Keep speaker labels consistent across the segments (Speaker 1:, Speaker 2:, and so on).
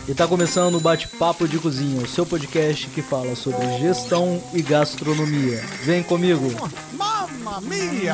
Speaker 1: E tá começando o Bate-Papo de Cozinha, o seu podcast que fala sobre gestão e gastronomia. Vem comigo!
Speaker 2: Mamma mia!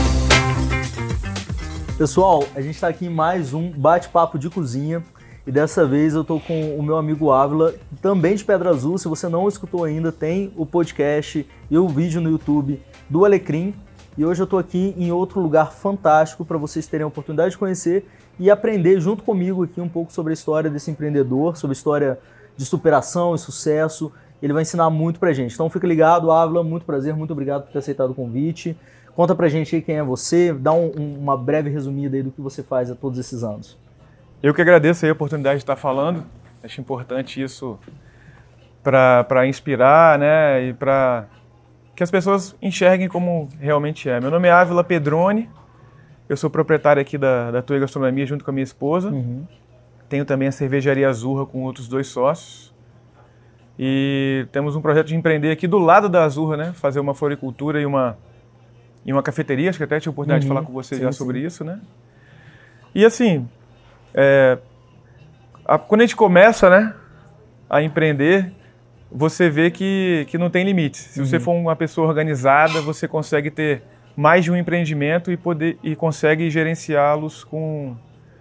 Speaker 1: Pessoal, a gente tá aqui em mais um Bate-Papo de Cozinha e dessa vez eu tô com o meu amigo Ávila, também de Pedra Azul. Se você não escutou ainda, tem o podcast e o vídeo no YouTube do Alecrim. E hoje eu tô aqui em outro lugar fantástico para vocês terem a oportunidade de conhecer e aprender junto comigo aqui um pouco sobre a história desse empreendedor, sobre a história de superação e sucesso. Ele vai ensinar muito pra gente. Então fica ligado, Ávila, muito prazer, muito obrigado por ter aceitado o convite. Conta pra gente aí quem é você, dá uma breve resumida aí do que você faz há todos esses anos.
Speaker 3: Eu que agradeço aí a oportunidade de estar falando. Acho importante isso para inspirar, né, e para que as pessoas enxerguem como realmente é. Meu nome é Ávila Pedroni, eu sou proprietário aqui da Tui Gastronomia junto com a minha esposa. Tenho também a cervejaria Azurra com outros 2 sócios. E temos um projeto de empreender aqui do lado da Azurra, né, fazer uma floricultura e uma cafeteria. Acho que até tive a oportunidade de falar com você já sobre isso, né. E assim, quando a gente começa, né, a empreender, você vê que não tem limites. Se você for uma pessoa organizada, você consegue ter mais de um empreendimento e consegue gerenciá-los com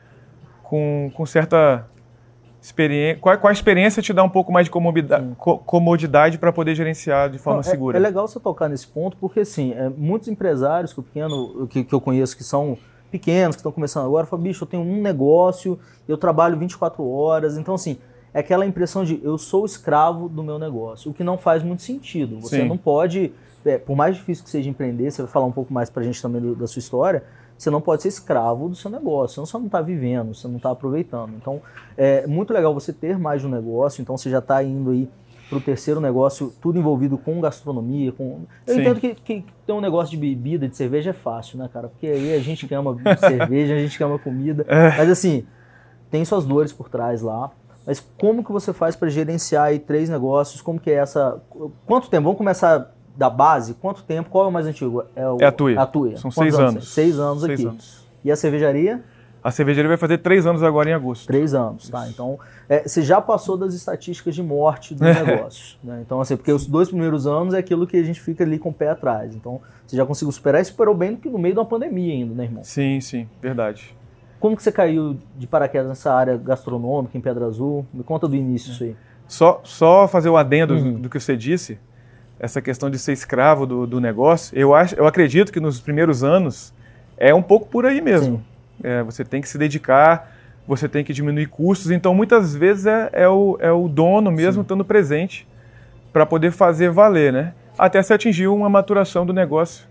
Speaker 3: certa experiência. Com a experiência te dá um pouco mais de comodidade para poder gerenciar de forma segura.
Speaker 1: É legal você tocar nesse ponto, porque assim, muitos empresários que eu conheço que são pequenos, que estão começando agora, falam, bicho, eu tenho um negócio, eu trabalho 24 horas, então assim, é aquela impressão de eu sou escravo do meu negócio, o que não faz muito sentido. Você não pode, por mais difícil que seja empreender, você vai falar um pouco mais pra gente também da sua história, você não pode ser escravo do seu negócio, senão você não está vivendo, você não está aproveitando. Então, é muito legal você ter mais de um negócio, então você já está indo aí para o terceiro negócio, tudo envolvido com gastronomia. Eu entendo que ter um negócio de bebida, de cerveja é fácil, né, cara? Porque aí a gente que ama cerveja, a gente que ama comida. Mas assim, tem suas dores por trás lá. Mas como que você faz para gerenciar aí 3 negócios? Como que é essa... Quanto tempo? Vamos começar da base? Quanto tempo? Qual é o mais antigo?
Speaker 3: É a Tui.
Speaker 1: A Tui.
Speaker 3: São 6 anos.
Speaker 1: 6 anos
Speaker 3: 6
Speaker 1: aqui.
Speaker 3: anos.
Speaker 1: E a cervejaria?
Speaker 3: A cervejaria vai fazer 3 anos agora em agosto.
Speaker 1: 3 anos, tá? Então, você já passou das estatísticas de morte dos negócios, né? Então, assim, porque os 2 primeiros anos é aquilo que a gente fica ali com o pé atrás. Então, você já conseguiu superar e superou bem no meio de uma pandemia ainda, né, irmão?
Speaker 3: Sim, verdade.
Speaker 1: Como que você caiu de paraquedas nessa área gastronômica em Pedra Azul? Me conta do início isso aí.
Speaker 3: Só fazer o adendo do que você disse, essa questão de ser escravo do negócio, eu acredito que nos primeiros anos é um pouco por aí mesmo. Você tem que se dedicar, você tem que diminuir custos, então muitas vezes é o dono mesmo estando presente para poder fazer valer, né? Até se atingir uma maturação do negócio.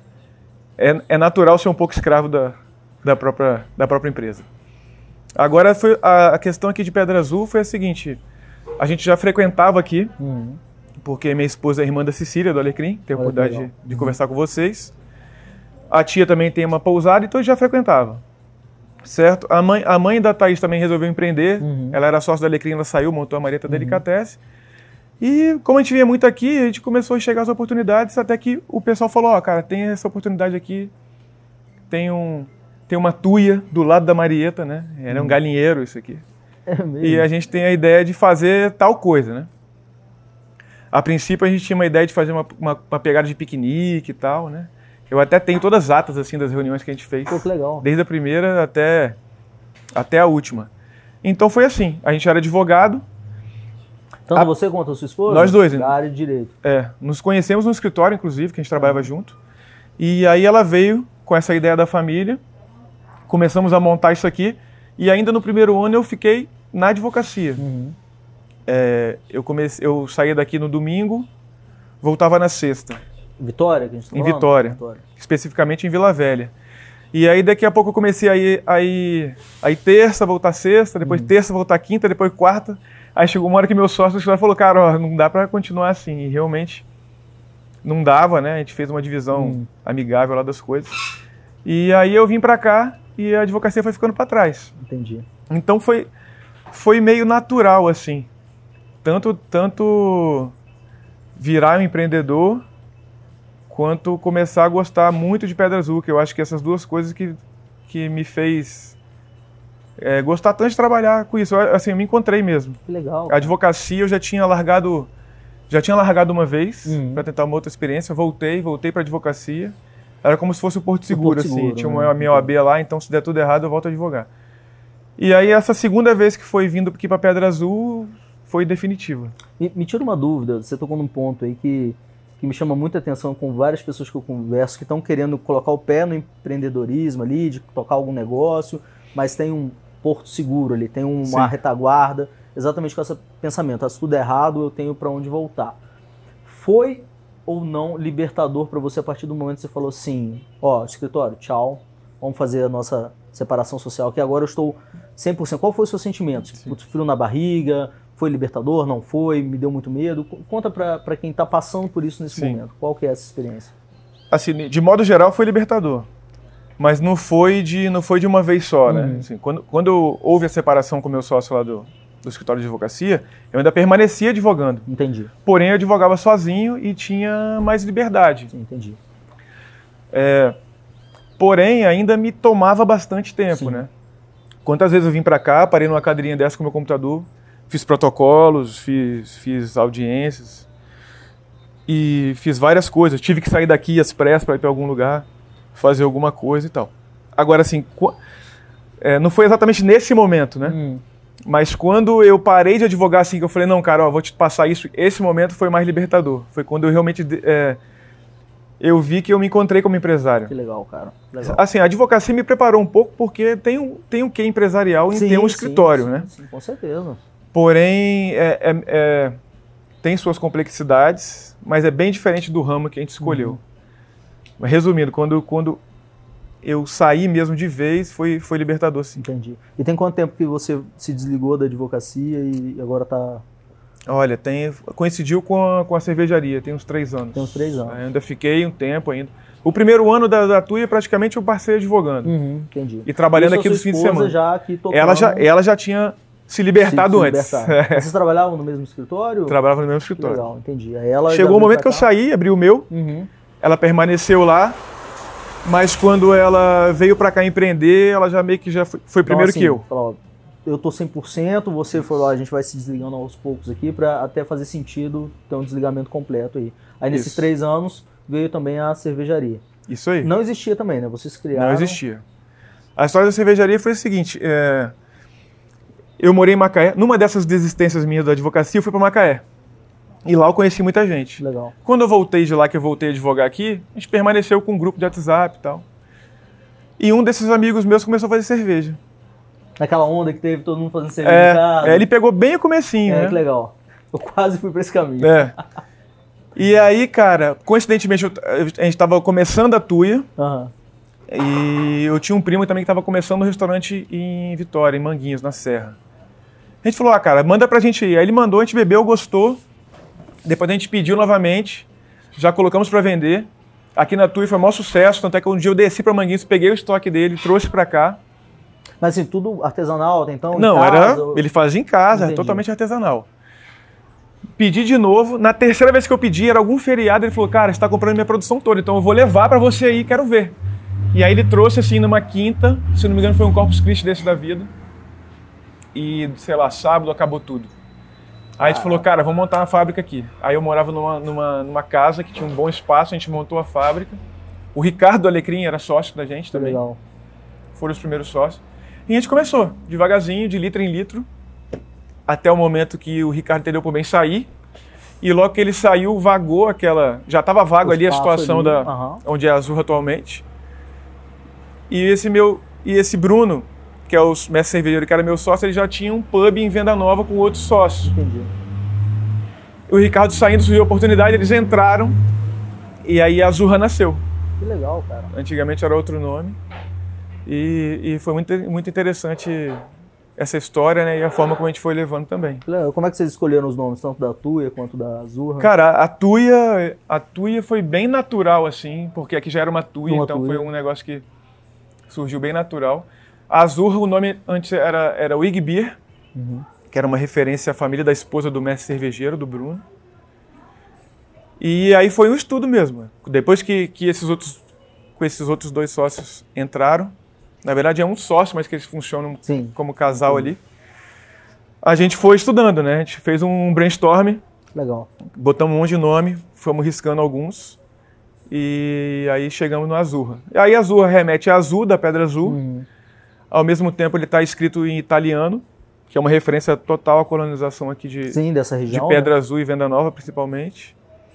Speaker 3: É natural ser um pouco escravo da própria empresa. Agora, a questão aqui de Pedra Azul foi a seguinte, a gente já frequentava aqui, porque minha esposa é irmã da Cecília, do Alecrim, tenho a oportunidade de conversar com vocês. A tia também tem uma pousada, então já frequentava. Certo? A mãe da Thaís também resolveu empreender, ela era sócia da Alecrim, ela saiu, montou a Marieta Delicatessen. E como a gente vinha muito aqui, a gente começou a chegar às oportunidades, até que o pessoal falou, cara, tem essa oportunidade aqui, tem uma tuia do lado da Marieta, né? Era um galinheiro isso aqui. E a gente tem a ideia de fazer tal coisa, né? A princípio a gente tinha uma ideia de fazer uma pegada de piquenique e tal, né? Eu até tenho todas as atas assim, das reuniões que a gente fez.
Speaker 1: Pô, que legal.
Speaker 3: Desde a primeira até a última. Então foi assim, a gente era advogado.
Speaker 1: Tanto você quanto a sua esposa?
Speaker 3: Nós dois.
Speaker 1: Da área de direito.
Speaker 3: Nos conhecemos no escritório, inclusive, que a gente trabalhava junto. E aí ela veio com essa ideia da família, começamos a montar isso aqui, e ainda no primeiro ano eu fiquei na advocacia. Eu saía daqui no domingo, voltava na sexta.
Speaker 1: Vitória? Que a gente tá
Speaker 3: em
Speaker 1: falando?
Speaker 3: Vitória, especificamente em Vila Velha. E aí daqui a pouco eu comecei a ir terça, voltar sexta, depois terça, voltar quinta, depois quarta. Aí chegou uma hora que meu sócio falou, cara, ó, não dá pra continuar assim. E realmente não dava, né? A gente fez uma divisão amigável lá das coisas. E aí eu vim pra cá e a advocacia foi ficando pra trás.
Speaker 1: Entendi.
Speaker 3: Então foi meio natural, assim. Tanto virar um empreendedor, quanto começar a gostar muito de Pedra Azul, que eu acho que essas duas coisas que me fez gostar tanto de trabalhar com isso. Assim, eu me encontrei mesmo.
Speaker 1: Que legal.
Speaker 3: A advocacia eu já tinha largado uma vez para tentar uma outra experiência. Voltei para advocacia. Era como se fosse o Porto Seguro, assim. Tinha uma minha OAB lá, então se der tudo errado eu volto a advogar. E aí essa segunda vez que foi vindo aqui para Pedra Azul foi definitiva.
Speaker 1: Me tira uma dúvida, você tocou num ponto aí que me chama muita atenção com várias pessoas que eu converso, que estão querendo colocar o pé no empreendedorismo ali, de tocar algum negócio, mas tem um porto seguro ali, tem uma retaguarda, exatamente com esse pensamento, se tudo é errado, eu tenho para onde voltar. Foi ou não libertador para você a partir do momento que você falou assim, escritório, tchau, vamos fazer a nossa separação social, que agora eu estou 100%. Qual foi o seu sentimento? Frio na barriga, foi libertador, não foi, me deu muito medo? Conta para quem está passando por isso nesse momento, qual que é essa experiência?
Speaker 3: Assim, de modo geral foi libertador, mas não foi de uma vez só, né? Assim, quando houve a separação com o meu sócio lá do escritório de advocacia, eu ainda permanecia advogando.
Speaker 1: Entendi.
Speaker 3: Porém, eu advogava sozinho e tinha mais liberdade.
Speaker 1: Sim, entendi.
Speaker 3: Porém, ainda me tomava bastante tempo, né? Quantas vezes eu vim para cá, parei numa cadeirinha dessa com o meu computador, fiz protocolos, fiz audiências e fiz várias coisas. Tive que sair daqui às pressas para ir para algum lugar, fazer alguma coisa e tal. Agora, assim, não foi exatamente nesse momento, né? Mas quando eu parei de advogar assim, que eu falei, não, cara, vou te passar isso, esse momento foi mais libertador. Foi quando eu realmente eu vi que eu me encontrei como empresário.
Speaker 1: Que legal, cara. Legal.
Speaker 3: Assim, a advocacia me preparou um pouco porque tem um quê empresarial em ter um escritório, né?
Speaker 1: Sim, com certeza.
Speaker 3: Porém, tem suas complexidades, mas é bem diferente do ramo que a gente escolheu. Mas, resumindo, quando eu saí mesmo de vez, foi libertador, sim.
Speaker 1: Entendi. E tem quanto tempo que você se desligou da advocacia e agora está...
Speaker 3: Olha, coincidiu com a cervejaria, tem uns 3 anos.
Speaker 1: Tem uns 3 anos.
Speaker 3: Ainda fiquei um tempo ainda. O primeiro ano da Tuia, praticamente, eu passei advogando.
Speaker 1: Entendi.
Speaker 3: E trabalhando aqui nos fins de semana.
Speaker 1: Já aqui tocando...
Speaker 3: ela já tinha se libertado antes.
Speaker 1: Vocês trabalhavam no mesmo escritório?
Speaker 3: Trabalhava no mesmo escritório.
Speaker 1: Que legal, entendi. Aí ela
Speaker 3: chegou o momento que eu saí, abri o meu, ela permaneceu lá, mas quando ela veio para cá empreender, ela já meio que foi primeiro
Speaker 1: assim,
Speaker 3: que eu.
Speaker 1: Falou, eu tô 100%, você falou, a gente vai se desligando aos poucos aqui para até fazer sentido ter um desligamento completo aí. Aí nesses 3 anos veio também a cervejaria.
Speaker 3: Isso aí.
Speaker 1: Não existia também, né? Vocês criaram...
Speaker 3: Não existia. A história da cervejaria foi o seguinte, eu morei em Macaé, numa dessas desistências minhas da advocacia, eu fui para Macaé. E lá eu conheci muita gente.
Speaker 1: Legal.
Speaker 3: Quando eu voltei de lá, que eu voltei a advogar aqui, a gente permaneceu com um grupo de WhatsApp e tal. E um desses amigos meus começou a fazer cerveja.
Speaker 1: Naquela onda que teve todo mundo fazendo cerveja em casa.
Speaker 3: Ele pegou bem o comecinho, né?
Speaker 1: Que legal. Eu quase fui para esse caminho.
Speaker 3: E aí, cara, coincidentemente, a gente estava começando a Tuia. E eu tinha um primo também que estava começando um restaurante em Vitória, em Manguinhos, na Serra. A gente falou, cara, manda pra gente ir. Aí ele mandou, a gente bebeu, gostou. Depois a gente pediu novamente, já colocamos para vender. Aqui na Tuia foi o maior sucesso, tanto é que um dia eu desci para Manguinhos, peguei o estoque dele, trouxe para cá.
Speaker 1: Mas assim, tudo artesanal, então?
Speaker 3: Não, ele fazia em casa, era totalmente artesanal. Pedi de novo, na terceira vez que eu pedi, era algum feriado, ele falou, cara, você está comprando minha produção toda, então eu vou levar para você aí, quero ver. E aí ele trouxe assim numa quinta, se não me engano foi um Corpus Christi desse da vida. E, sei lá, sábado acabou tudo. Aí a gente falou, cara, vamos montar uma fábrica aqui. Aí eu morava numa casa que tinha um bom espaço, a gente montou a fábrica. O Ricardo Alecrim era sócio da gente também.
Speaker 1: Legal.
Speaker 3: Foram os primeiros sócios. E a gente começou, devagarzinho, de litro em litro, até o momento que o Ricardo entendeu por bem sair. E logo que ele saiu, vagou aquela... Já estava vago ali a situação onde é a Azurra atualmente. E esse Bruno, que é o mestre cervejeiro, que era meu sócio, ele já tinha um pub em Venda Nova com outros sócios.
Speaker 1: Entendi.
Speaker 3: O Ricardo saindo, surgiu a oportunidade, eles entraram e aí a Azurra nasceu.
Speaker 1: Que legal, cara.
Speaker 3: Antigamente era outro nome. E foi muito interessante essa história, né? E a forma como a gente foi levando também.
Speaker 1: Legal. Como é que vocês escolheram os nomes, tanto da Tuia quanto da Azurra?
Speaker 3: Cara, a Tuia foi bem natural, assim, porque aqui já era uma Tuia, então foi um negócio que surgiu bem natural. A Azurra, o nome antes era Wig Beer, que era uma referência à família da esposa do mestre cervejeiro, do Bruno. E aí foi um estudo mesmo. Depois que esses outros 2 sócios entraram, Na verdade é um sócio, mas que eles funcionam
Speaker 1: Sim.
Speaker 3: como casal ali. A gente foi estudando, né? A gente fez um brainstorm,
Speaker 1: Legal.
Speaker 3: botamos um monte de nome, fomos riscando alguns e aí chegamos no Azurra. E aí Azurra remete a azul, da Pedra Azul. Ao mesmo tempo ele está escrito em italiano, que é uma referência total à colonização aqui
Speaker 1: Sim, dessa região,
Speaker 3: de Pedra
Speaker 1: né?
Speaker 3: Azul e Venda Nova, principalmente.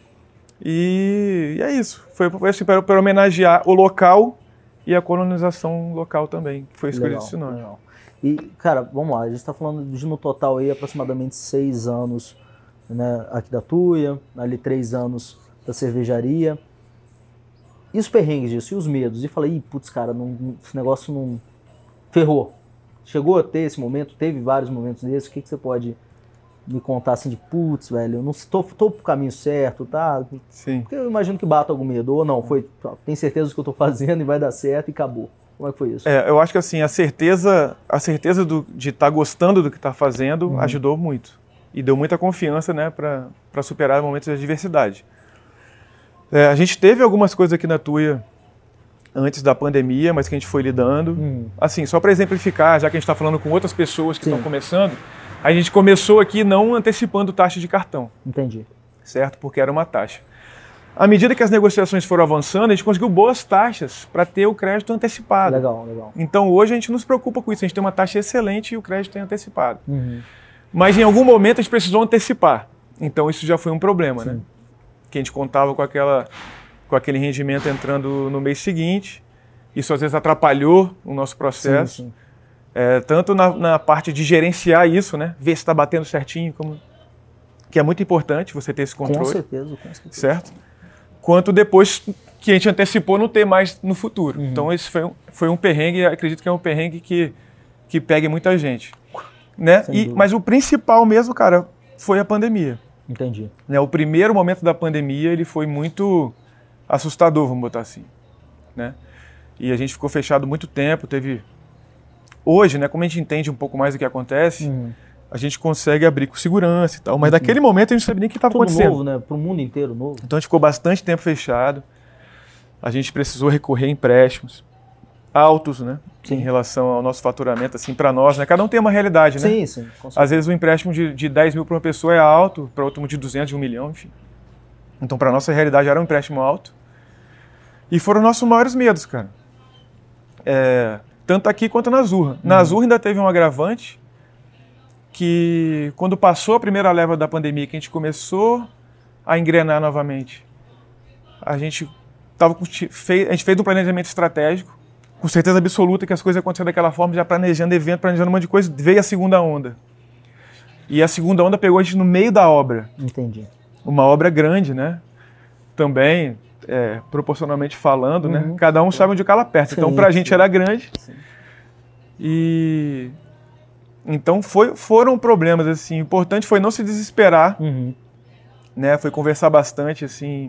Speaker 3: E é isso. Foi assim, para homenagear o local e a colonização local também, que foi escolhido esse nome.
Speaker 1: Legal. E, cara, vamos lá, a gente está falando de no total aí aproximadamente 6 anos, né, aqui da Tuia, ali 3 anos da cervejaria. E os perrengues disso, e os medos? E falei, putz, cara, esse negócio não ferrou. Chegou a ter esse momento, teve vários momentos desses, o que você pode me contar assim de, putz, velho, eu não estou pro caminho certo, tá?
Speaker 3: Sim.
Speaker 1: Porque eu imagino que bata algum medo, ou não, tem certeza do que eu estou fazendo e vai dar certo e acabou. Como é que foi isso?
Speaker 3: Eu acho que assim, a certeza de estar gostando do que está fazendo ajudou muito. E deu muita confiança, né, para superar momentos de adversidade. A gente teve algumas coisas aqui na Tuia antes da pandemia, mas que a gente foi lidando. Assim, só para exemplificar, já que a gente está falando com outras pessoas que estão começando, a gente começou aqui não antecipando taxa de cartão.
Speaker 1: Entendi.
Speaker 3: Certo? Porque era uma taxa. À medida que as negociações foram avançando, a gente conseguiu boas taxas para ter o crédito antecipado.
Speaker 1: Legal, legal.
Speaker 3: Então hoje a gente não se preocupa com isso, a gente tem uma taxa excelente e o crédito é antecipado. Mas em algum momento a gente precisou antecipar. Então isso já foi um problema, né? Que a gente contava com aquele rendimento entrando no mês seguinte. Isso às vezes atrapalhou o nosso processo.
Speaker 1: Sim.
Speaker 3: Tanto na parte de gerenciar isso, né? Ver se está batendo certinho, que é muito importante você ter esse controle.
Speaker 1: Com certeza.
Speaker 3: Certo? Quanto depois que a gente antecipou não ter mais no futuro. Então esse foi um perrengue, acredito que é um perrengue que pegue muita gente. Né? Mas o principal mesmo, cara, foi a pandemia.
Speaker 1: Entendi.
Speaker 3: Né? O primeiro momento da pandemia ele foi muito assustador, vamos botar assim. Né? E a gente ficou fechado muito tempo, Hoje, né, como a gente entende um pouco mais do que acontece, a gente consegue abrir com segurança e tal, mas naquele momento a gente não sabia nem o que estava acontecendo.
Speaker 1: Novo, né? Para o mundo inteiro novo.
Speaker 3: Então a gente ficou bastante tempo fechado, a gente precisou recorrer a empréstimos altos, né, em relação ao nosso faturamento, assim, para nós, né, cada um tem uma realidade, né?
Speaker 1: Sim.
Speaker 3: Às vezes o empréstimo de 10 mil para uma pessoa é alto, para outro de 200, de 1 milhão, enfim. Então para nossa realidade era um empréstimo alto e foram nossos maiores medos, cara. Tanto aqui quanto na Azurra. Na Azurra ainda teve um agravante que quando passou a primeira leva da pandemia, que a gente começou a engrenar novamente, a gente fez um planejamento estratégico, com certeza absoluta que as coisas aconteceram daquela forma, já planejando evento, planejando um monte de coisa, veio a segunda onda. E a segunda onda pegou a gente no meio da obra.
Speaker 1: Entendi.
Speaker 3: Uma obra grande, né? Também, proporcionalmente falando, né? Cada um sabe onde o calo aperta. Então, pra gente era grande.
Speaker 1: Sim.
Speaker 3: E então foram problemas, assim. O importante foi não se desesperar, né? Foi conversar bastante, assim.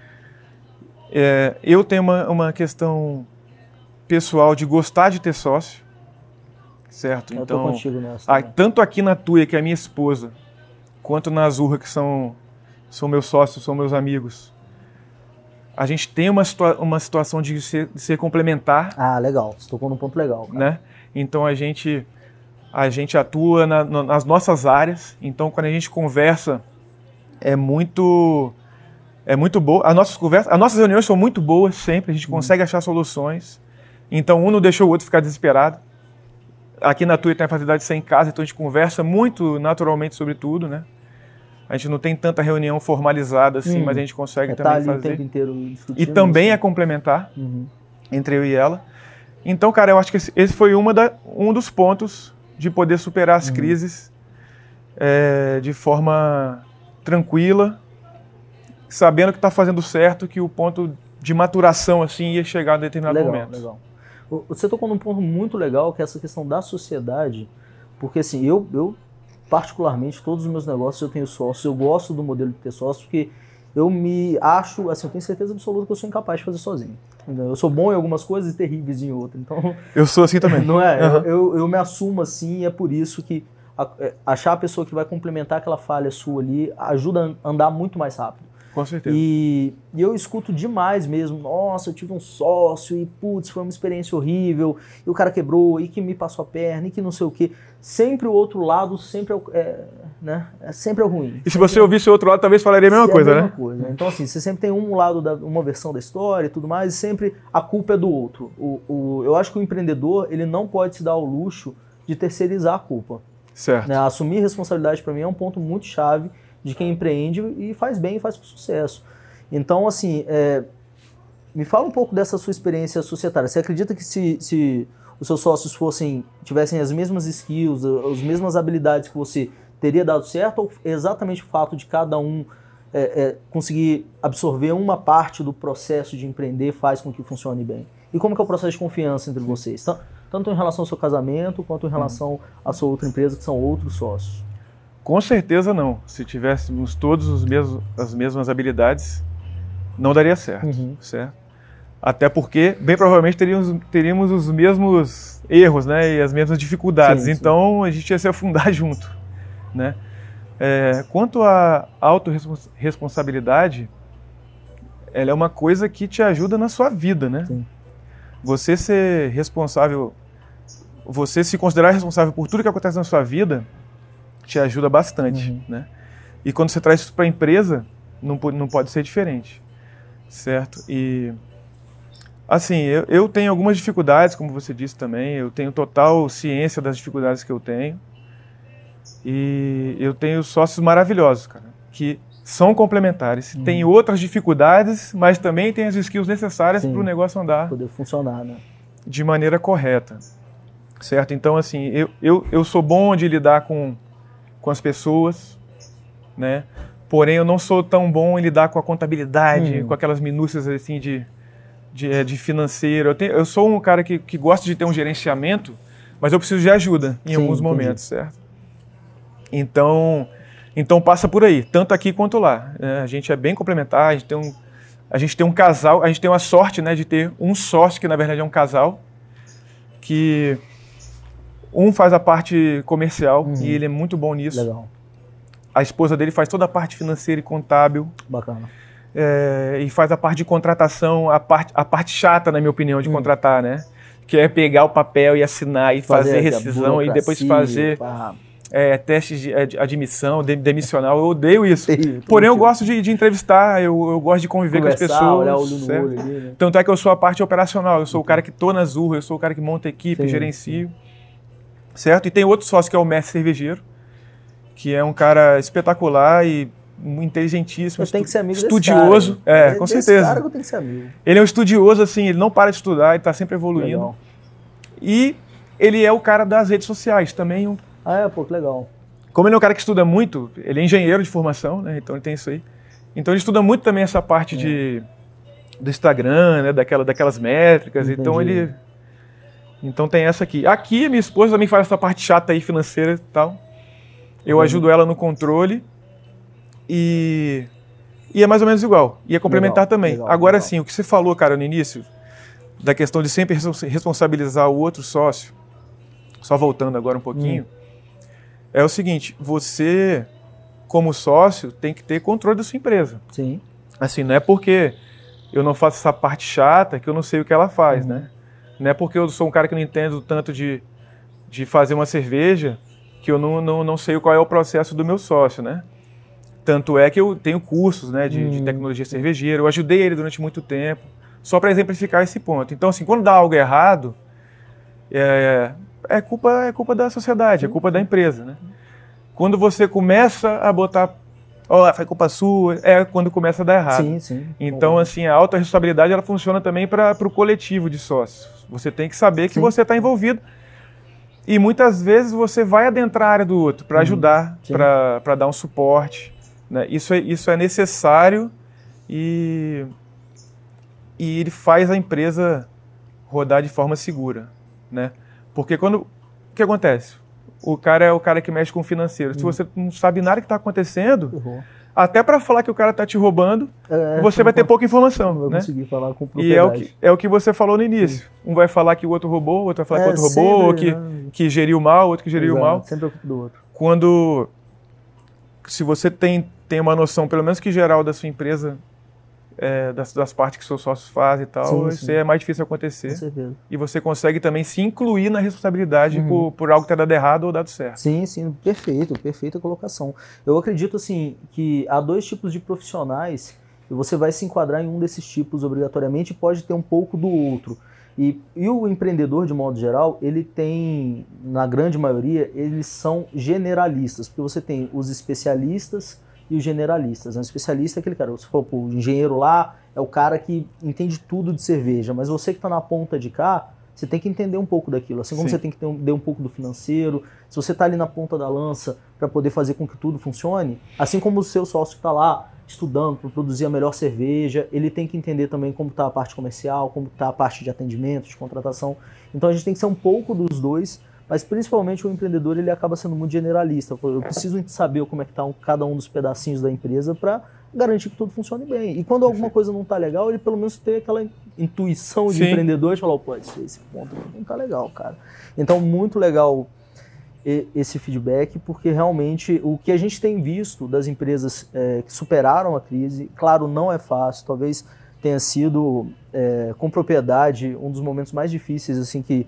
Speaker 3: Eu tenho uma questão pessoal de gostar de ter sócio, certo?
Speaker 1: Eu
Speaker 3: então,
Speaker 1: tô contigo nessa.
Speaker 3: Tanto aqui na Tuia, que é a minha esposa, quanto na Azurra, que são meus sócios, são meus amigos, a gente tem uma situação de ser complementar.
Speaker 1: Ah, legal. Você tocou num ponto legal, cara.
Speaker 3: Né? Então a gente atua nas nossas áreas. Então quando a gente conversa é muito boa. As nossas reuniões são muito boas sempre. A gente consegue achar soluções. Então um não deixou o outro ficar desesperado. Aqui na Tuia tem a facilidade de ser em casa, então a gente conversa muito naturalmente sobre tudo, né? A gente não tem tanta reunião formalizada assim, mas a gente consegue também
Speaker 1: ali
Speaker 3: fazer.
Speaker 1: O tempo inteiro discutindo
Speaker 3: E também
Speaker 1: isso.
Speaker 3: é complementar entre eu e ela. Então, cara, eu acho que esse foi um dos pontos de poder superar as crises de forma tranquila, sabendo que está fazendo certo, que o ponto de maturação assim ia chegar a determinado momento.
Speaker 1: Legal. Você tocou num ponto muito legal, que é essa questão da sociedade, porque assim, eu particularmente, todos os meus negócios eu tenho sócio, eu gosto do modelo de ter sócio, porque eu me acho, assim, eu tenho certeza absoluta que eu sou incapaz de fazer sozinho. Eu sou bom em algumas coisas e terríveis em outras. Então,
Speaker 3: eu sou assim também.
Speaker 1: Não é? Eu me assumo assim, e é por isso que achar a pessoa que vai complementar aquela falha sua ali ajuda a andar muito mais rápido.
Speaker 3: Com certeza.
Speaker 1: E eu escuto demais mesmo, nossa, eu tive um sócio e, putz, foi uma experiência horrível, e o cara quebrou, e que me passou a perna, e que não sei o quê. Sempre o outro lado, sempre sempre é o ruim.
Speaker 3: E se você ouvisse o outro lado, talvez falaria a mesma coisa, né?
Speaker 1: Coisa. Então, assim, você sempre tem um lado, uma versão da história e tudo mais, e sempre a culpa é do outro. Eu acho que o empreendedor, ele não pode se dar ao luxo de terceirizar a culpa.
Speaker 3: Certo.
Speaker 1: Né? Assumir responsabilidade, para mim, é um ponto muito chave de quem empreende e faz bem e faz com sucesso. Então, assim, me fala um pouco dessa sua experiência societária. Você acredita que se os seus sócios tivessem as mesmas skills, as mesmas habilidades que você, teria dado certo? Ou exatamente o fato de cada um conseguir absorver uma parte do processo de empreender faz com que funcione bem? E como que é o processo de confiança entre vocês? Tanto em relação ao seu casamento, quanto em relação à sua outra empresa, que são outros sócios.
Speaker 3: Com certeza não. Se tivéssemos todos as mesmas habilidades, não daria certo, certo? Até porque, bem provavelmente, teríamos os mesmos erros, né, e as mesmas dificuldades. Sim. Então, a gente ia se afundar junto, né? Quanto à autorresponsabilidade, ela é uma coisa que te ajuda na sua vida, né? Sim. Você ser responsável, você se considerar responsável por tudo que acontece na sua vida, te ajuda bastante, né? E quando você traz isso para a empresa, não pode ser diferente, certo? E, assim, eu tenho algumas dificuldades, como você disse também, eu tenho total ciência das dificuldades que eu tenho, e eu tenho sócios maravilhosos, cara, que são complementares, têm outras dificuldades, mas também têm as skills necessárias para o negócio andar,
Speaker 1: poder funcionar, né?
Speaker 3: De maneira correta, certo? Então, assim, eu sou bom de lidar com as pessoas, né? Porém, eu não sou tão bom em lidar com a contabilidade, com aquelas minúcias assim de financeiro. Eu sou um cara que gosta de ter um gerenciamento, mas eu preciso de ajuda em alguns momentos, certo? Então passa por aí, tanto aqui quanto lá. A gente é bem complementar, a gente tem um casal, a gente tem uma sorte, né, de ter um sócio que na verdade é um casal, que um faz a parte comercial e ele é muito bom nisso.
Speaker 1: Legal.
Speaker 3: A esposa dele faz toda a parte financeira e contábil.
Speaker 1: Bacana.
Speaker 3: E faz a parte de contratação, a parte chata, na minha opinião, de contratar, né? Que é pegar o papel e assinar e fazer rescisão e depois fazer testes de admissão, demissional. Eu odeio isso. Porém, eu gosto de entrevistar, eu gosto de conviver com as pessoas.
Speaker 1: Olhar olho no olho ali, né?
Speaker 3: Tanto é que eu sou a parte operacional, eu sou o cara que tô na Zurra, eu sou o cara que monta a equipe, gerencio. Certo? E tem outro sócio que é o mestre cervejeiro, que é um cara espetacular e inteligentíssimo,
Speaker 1: tem que ser amigo
Speaker 3: estudioso.
Speaker 1: Desse cara,
Speaker 3: com certeza.
Speaker 1: Cara que eu tenho que ser amigo.
Speaker 3: Ele é um estudioso, assim, ele não para de estudar, ele está sempre evoluindo.
Speaker 1: Legal.
Speaker 3: E ele é o cara das redes sociais também.
Speaker 1: Pô, que legal.
Speaker 3: Como ele é um cara que estuda muito, ele é engenheiro de formação, né? Então ele tem isso aí. Então ele estuda muito também essa parte do Instagram, né? Daquelas métricas.
Speaker 1: Entendi.
Speaker 3: Então tem essa aqui. Aqui, minha esposa também faz essa parte chata aí, financeira e tal. Eu ajudo ela no controle e é mais ou menos igual. E é complementar também. Agora sim, o que você falou, cara, no início, da questão de sempre responsabilizar o outro sócio, só voltando agora um pouquinho, é o seguinte, você, como sócio, tem que ter controle da sua empresa.
Speaker 1: Sim.
Speaker 3: Assim, não é porque eu não faço essa parte chata que eu não sei o que ela faz, né? Não é porque eu sou um cara que não entendo tanto de fazer uma cerveja que eu não sei qual é o processo do meu sócio, né? Tanto é que eu tenho cursos, né, de tecnologia cervejeira, eu ajudei ele durante muito tempo, só para exemplificar esse ponto. Então, assim, quando dá algo errado, é culpa da sociedade, é culpa da empresa, né? Quando você começa a botar, foi culpa sua, é quando começa a dar errado.
Speaker 1: Sim.
Speaker 3: Então, assim, a autorresponsabilidade, ela funciona também para o coletivo de sócios. Você tem que saber que você está envolvido e muitas vezes você vai adentrar a área do outro para ajudar, para dar um suporte, né? Isso é necessário e ele faz a empresa rodar de forma segura, né? Porque o que acontece? O cara é o cara que mexe com o financeiro. Se você não sabe nada que está acontecendo, até para falar que o cara está te roubando, você vai ter pouca informação.
Speaker 1: Não vai
Speaker 3: né?
Speaker 1: conseguir falar com propriedade.
Speaker 3: E é o que você falou no início. Um vai falar que o outro roubou, o outro vai falar que o outro roubou, ou que geriu mal, o outro que geriu mal.
Speaker 1: Sempre é o culpa do outro.
Speaker 3: Se você tem tem uma noção, pelo menos que geral, da sua empresa, das partes que seus sócios fazem e tal, isso é mais difícil acontecer.
Speaker 1: Com certeza.
Speaker 3: E você consegue também se incluir na responsabilidade por algo ter dado errado ou dado certo.
Speaker 1: Sim, perfeita colocação. Eu acredito assim que há 2 tipos de profissionais e você vai se enquadrar em um desses tipos obrigatoriamente e pode ter um pouco do outro. E o empreendedor, de modo geral, ele tem, na grande maioria, eles são generalistas, porque você tem os especialistas e os generalistas. O especialista é aquele cara, você falou, o engenheiro lá é o cara que entende tudo de cerveja, mas você que está na ponta de cá, você tem que entender um pouco daquilo, assim como você tem que entender um pouco do financeiro, se você está ali na ponta da lança para poder fazer com que tudo funcione, assim como o seu sócio que está lá estudando para produzir a melhor cerveja, ele tem que entender também como está a parte comercial, como está a parte de atendimento, de contratação. Então a gente tem que ser um pouco dos dois, mas principalmente o empreendedor ele acaba sendo muito generalista. Eu preciso saber como é que está cada um dos pedacinhos da empresa para garantir que tudo funcione bem. E quando alguma coisa não está legal, ele pelo menos tem aquela intuição de empreendedor de falar, pô, esse ponto não está legal, cara. Então muito legal esse feedback, porque realmente o que a gente tem visto das empresas que superaram a crise, claro, não é fácil, talvez tenha sido com propriedade um dos momentos mais difíceis assim que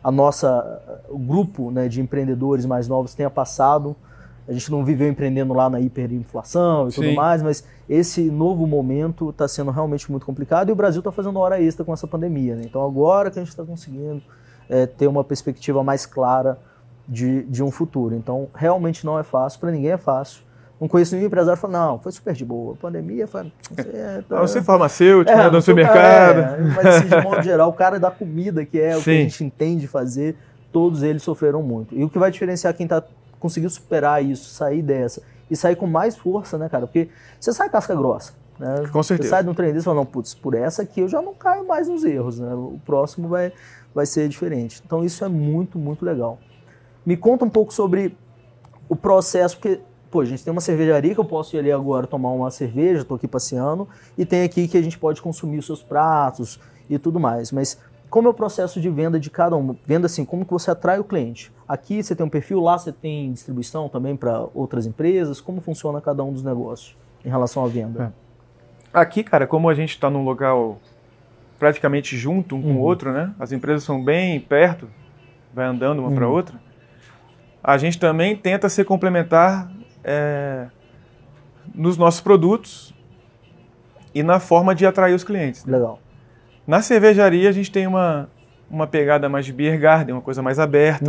Speaker 1: o grupo, né, de empreendedores mais novos tenha passado. A gente não viveu empreendendo lá na hiperinflação e tudo mais, mas esse novo momento está sendo realmente muito complicado e o Brasil está fazendo hora extra com essa pandemia, né? Então agora que a gente está conseguindo ter uma perspectiva mais clara de um futuro. Então, realmente não é fácil, para ninguém é fácil. Não conheço nenhum empresário que fala, não, foi super de boa. A pandemia foi...
Speaker 3: Você é farmacêutico, né, do supermercado.
Speaker 1: Mas assim, de modo geral, o cara da comida, que é o que a gente entende fazer, todos eles sofreram muito. E o que vai diferenciar quem conseguiu superar isso, sair dessa, e sair com mais força, né, cara? Porque você sai casca grossa. Né?
Speaker 3: Com certeza.
Speaker 1: Você sai de um trem desse e fala, não, putz, por essa aqui eu já não caio mais nos erros, né? O próximo vai ser diferente. Então isso é muito, muito legal. Me conta um pouco sobre o processo, porque, pô, a gente tem uma cervejaria que eu posso ir ali agora tomar uma cerveja, estou aqui passeando, e tem aqui que a gente pode consumir os seus pratos e tudo mais. Mas como é o processo de venda de cada um? Venda assim, como que você atrai o cliente? Aqui você tem um perfil, lá você tem distribuição também para outras empresas. Como funciona cada um dos negócios em relação à venda?
Speaker 3: Aqui, cara, como a gente está num local praticamente junto um com o outro, né? As empresas são bem perto, vai andando uma para outra. A gente também tenta ser complementar nos nossos produtos e na forma de atrair os clientes. Né?
Speaker 1: Legal.
Speaker 3: Na cervejaria a gente tem uma pegada mais de beer garden, uma coisa mais aberta.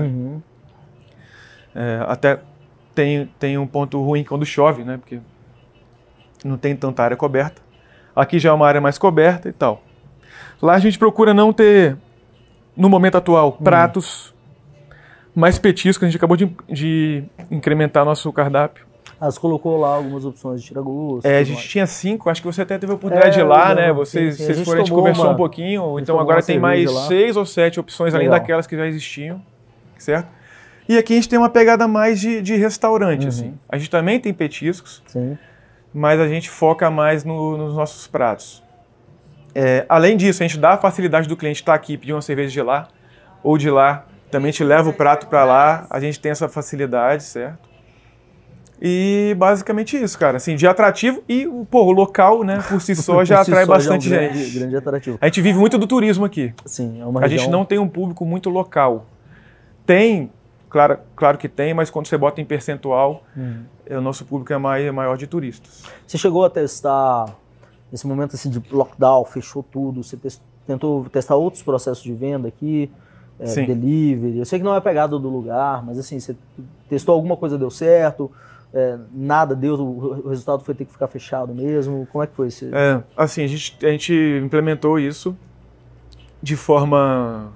Speaker 3: Até tem um ponto ruim quando chove, né? Porque não tem tanta área coberta. Aqui já é uma área mais coberta e tal. Lá a gente procura não ter, no momento atual, pratos, mais petiscos. A gente acabou de incrementar nosso cardápio.
Speaker 1: Você colocou lá algumas opções de tira-gosto.
Speaker 3: A gente tinha 5, acho que você até teve a oportunidade de ir lá, né? Vocês foram, a gente conversou um pouquinho, então agora tem mais 6 ou 7 opções além daquelas que já existiam, certo? E aqui a gente tem uma pegada mais de restaurante, assim. A gente também tem petiscos, mas a gente foca mais nos nossos pratos. Além disso, a gente dá a facilidade do cliente estar aqui e pedir uma cerveja de lá, ou de lá, também te leva o prato para lá, a gente tem essa facilidade, certo? E basicamente isso, cara, assim, de atrativo e o local, né, por si só já atrai bastante gente.
Speaker 1: Grande atrativo.
Speaker 3: A gente vive muito do turismo aqui.
Speaker 1: Sim, é uma
Speaker 3: região... A gente não tem um público muito local. Tem, claro que tem, mas quando você bota em percentual, o nosso público é maior de turistas.
Speaker 1: Você chegou a testar, nesse momento assim de lockdown, fechou tudo, você tentou testar outros processos de venda aqui? Delivery, eu sei que não é pegada do lugar, mas assim, você testou alguma coisa, deu certo, nada deu, o resultado foi ter que ficar fechado mesmo, como é que foi isso?
Speaker 3: Assim, a gente implementou isso de forma,